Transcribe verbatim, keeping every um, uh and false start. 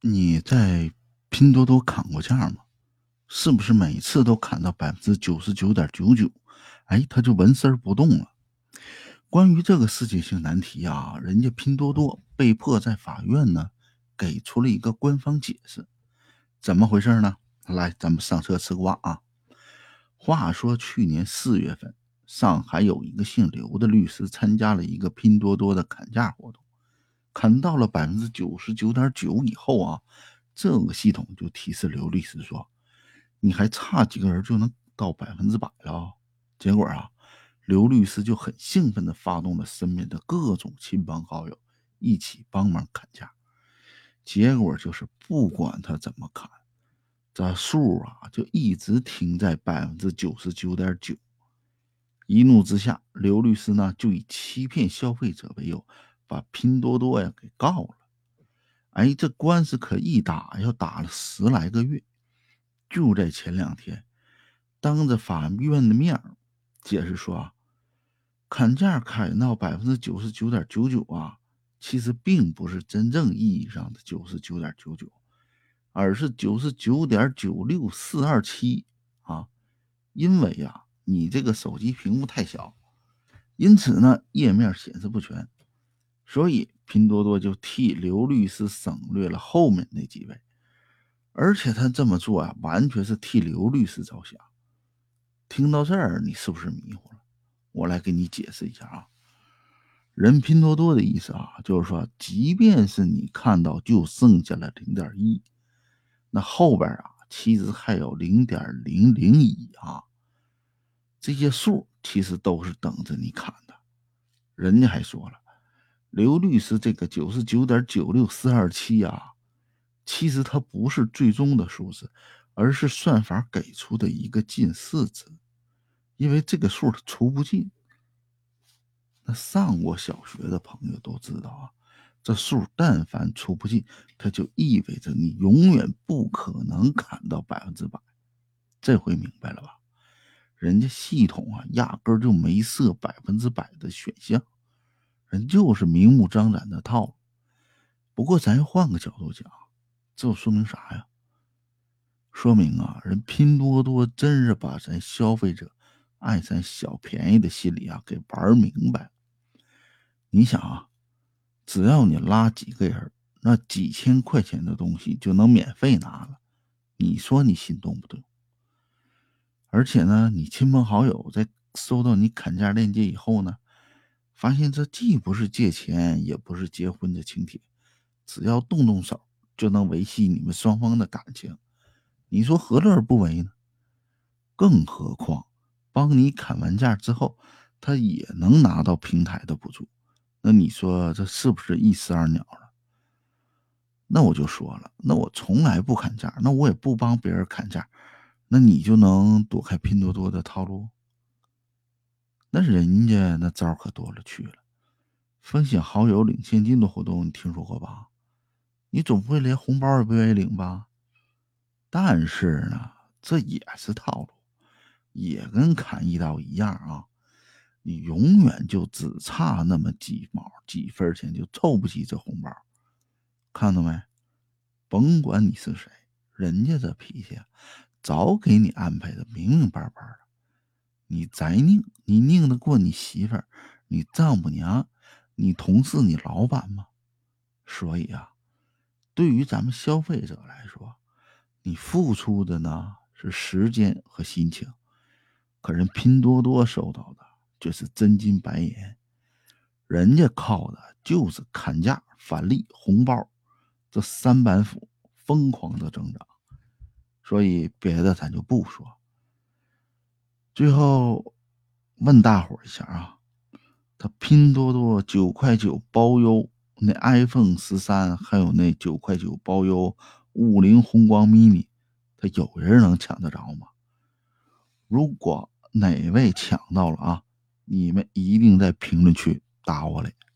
你在拼多多砍过价吗？是不是每次都砍到百分之九十九点九九，哎，它就纹丝儿不动了？关于这个世界性难题啊，人家拼多多被迫在法院呢给出了一个官方解释，怎么回事呢？来，咱们上车吃瓜啊。话说去年四月份，上海有一个姓刘的律师参加了一个拼多多的砍价活动，砍到了百分之九十九点九以后啊，这个系统就提示刘律师说，你还差几个人就能到百分之百了哦。结果啊，刘律师就很兴奋地发动了身边的各种亲朋好友一起帮忙砍价。结果就是不管他怎么砍，这数啊就一直停在百分之九十九点九。一怒之下，刘律师呢就以欺骗消费者为由，把拼多多呀给告了。哎，这官司可一打要打了十来个月。就在前两天，当着法院的面儿解释说啊，砍价砍到百分之九十九点九九啊，其实并不是真正意义上的九十九点九九，而是九十九点九六四二七啊。因为呀，你这个手机屏幕太小，因此呢，页面显示不全，所以拼多多就替刘律师省略了后面那几位。而且他这么做啊，完全是替刘律师着想。听到这儿，你是不是迷糊了？我来给你解释一下啊。人拼多多的意思啊，就是说，即便是你看到就剩下了零点一，那后边啊，其实还有零点零零一啊，这些数其实都是等着你砍的。人家还说了，刘律师这个九十九点九六四二七啊，其实它不是最终的数字，而是算法给出的一个近似值，因为这个数它除不尽。那上过小学的朋友都知道啊，这数但凡除不尽，它就意味着你永远不可能砍到百分之百。这回明白了吧？人家系统啊，压根儿就没设百分之百的选项，人就是明目张胆的套路。不过咱换个角度讲，这说明啥呀？说明啊，人拼多多真是把咱消费者爱占小便宜的心理啊给玩明白了。你想啊，只要你拉几个人，那几千块钱的东西就能免费拿了，你说你心动不动？而且呢，你亲朋好友在收到你砍价链接以后呢，发现这既不是借钱，也不是结婚的请帖，只要动动手就能维系你们双方的感情，你说何乐而不为呢？更何况，帮你砍完价之后，他也能拿到平台的补助，那你说这是不是一石二鸟了？那我就说了，那我从来不砍价，那我也不帮别人砍价，那你就能躲开拼多多的套路？那人家那招可多了去了，分享好友领现金的活动你听说过吧？你总不会连红包也不愿意领吧？但是呢，这也是套路，也跟砍一刀一样啊。你永远就只差那么几毛几分钱，就凑不齐这红包。看到没？甭管你是谁，人家这脾气啊，早给你安排的明明白白的。你再拧，你拧得过你媳妇儿、你丈母娘、你同事、你老板吗？所以啊，对于咱们消费者来说，你付出的呢是时间和心情，可人拼多多收到的就是真金白银，人家靠的就是砍价、返利、红包这三板斧疯狂的增长。所以别的咱就不说。最后问大伙一下啊，他拼多多九块九包邮那 iPhone 十三，还有那九块九包邮五菱宏光 mini， 他有人能抢得着吗？如果哪位抢到了啊，你们一定在评论区打我来。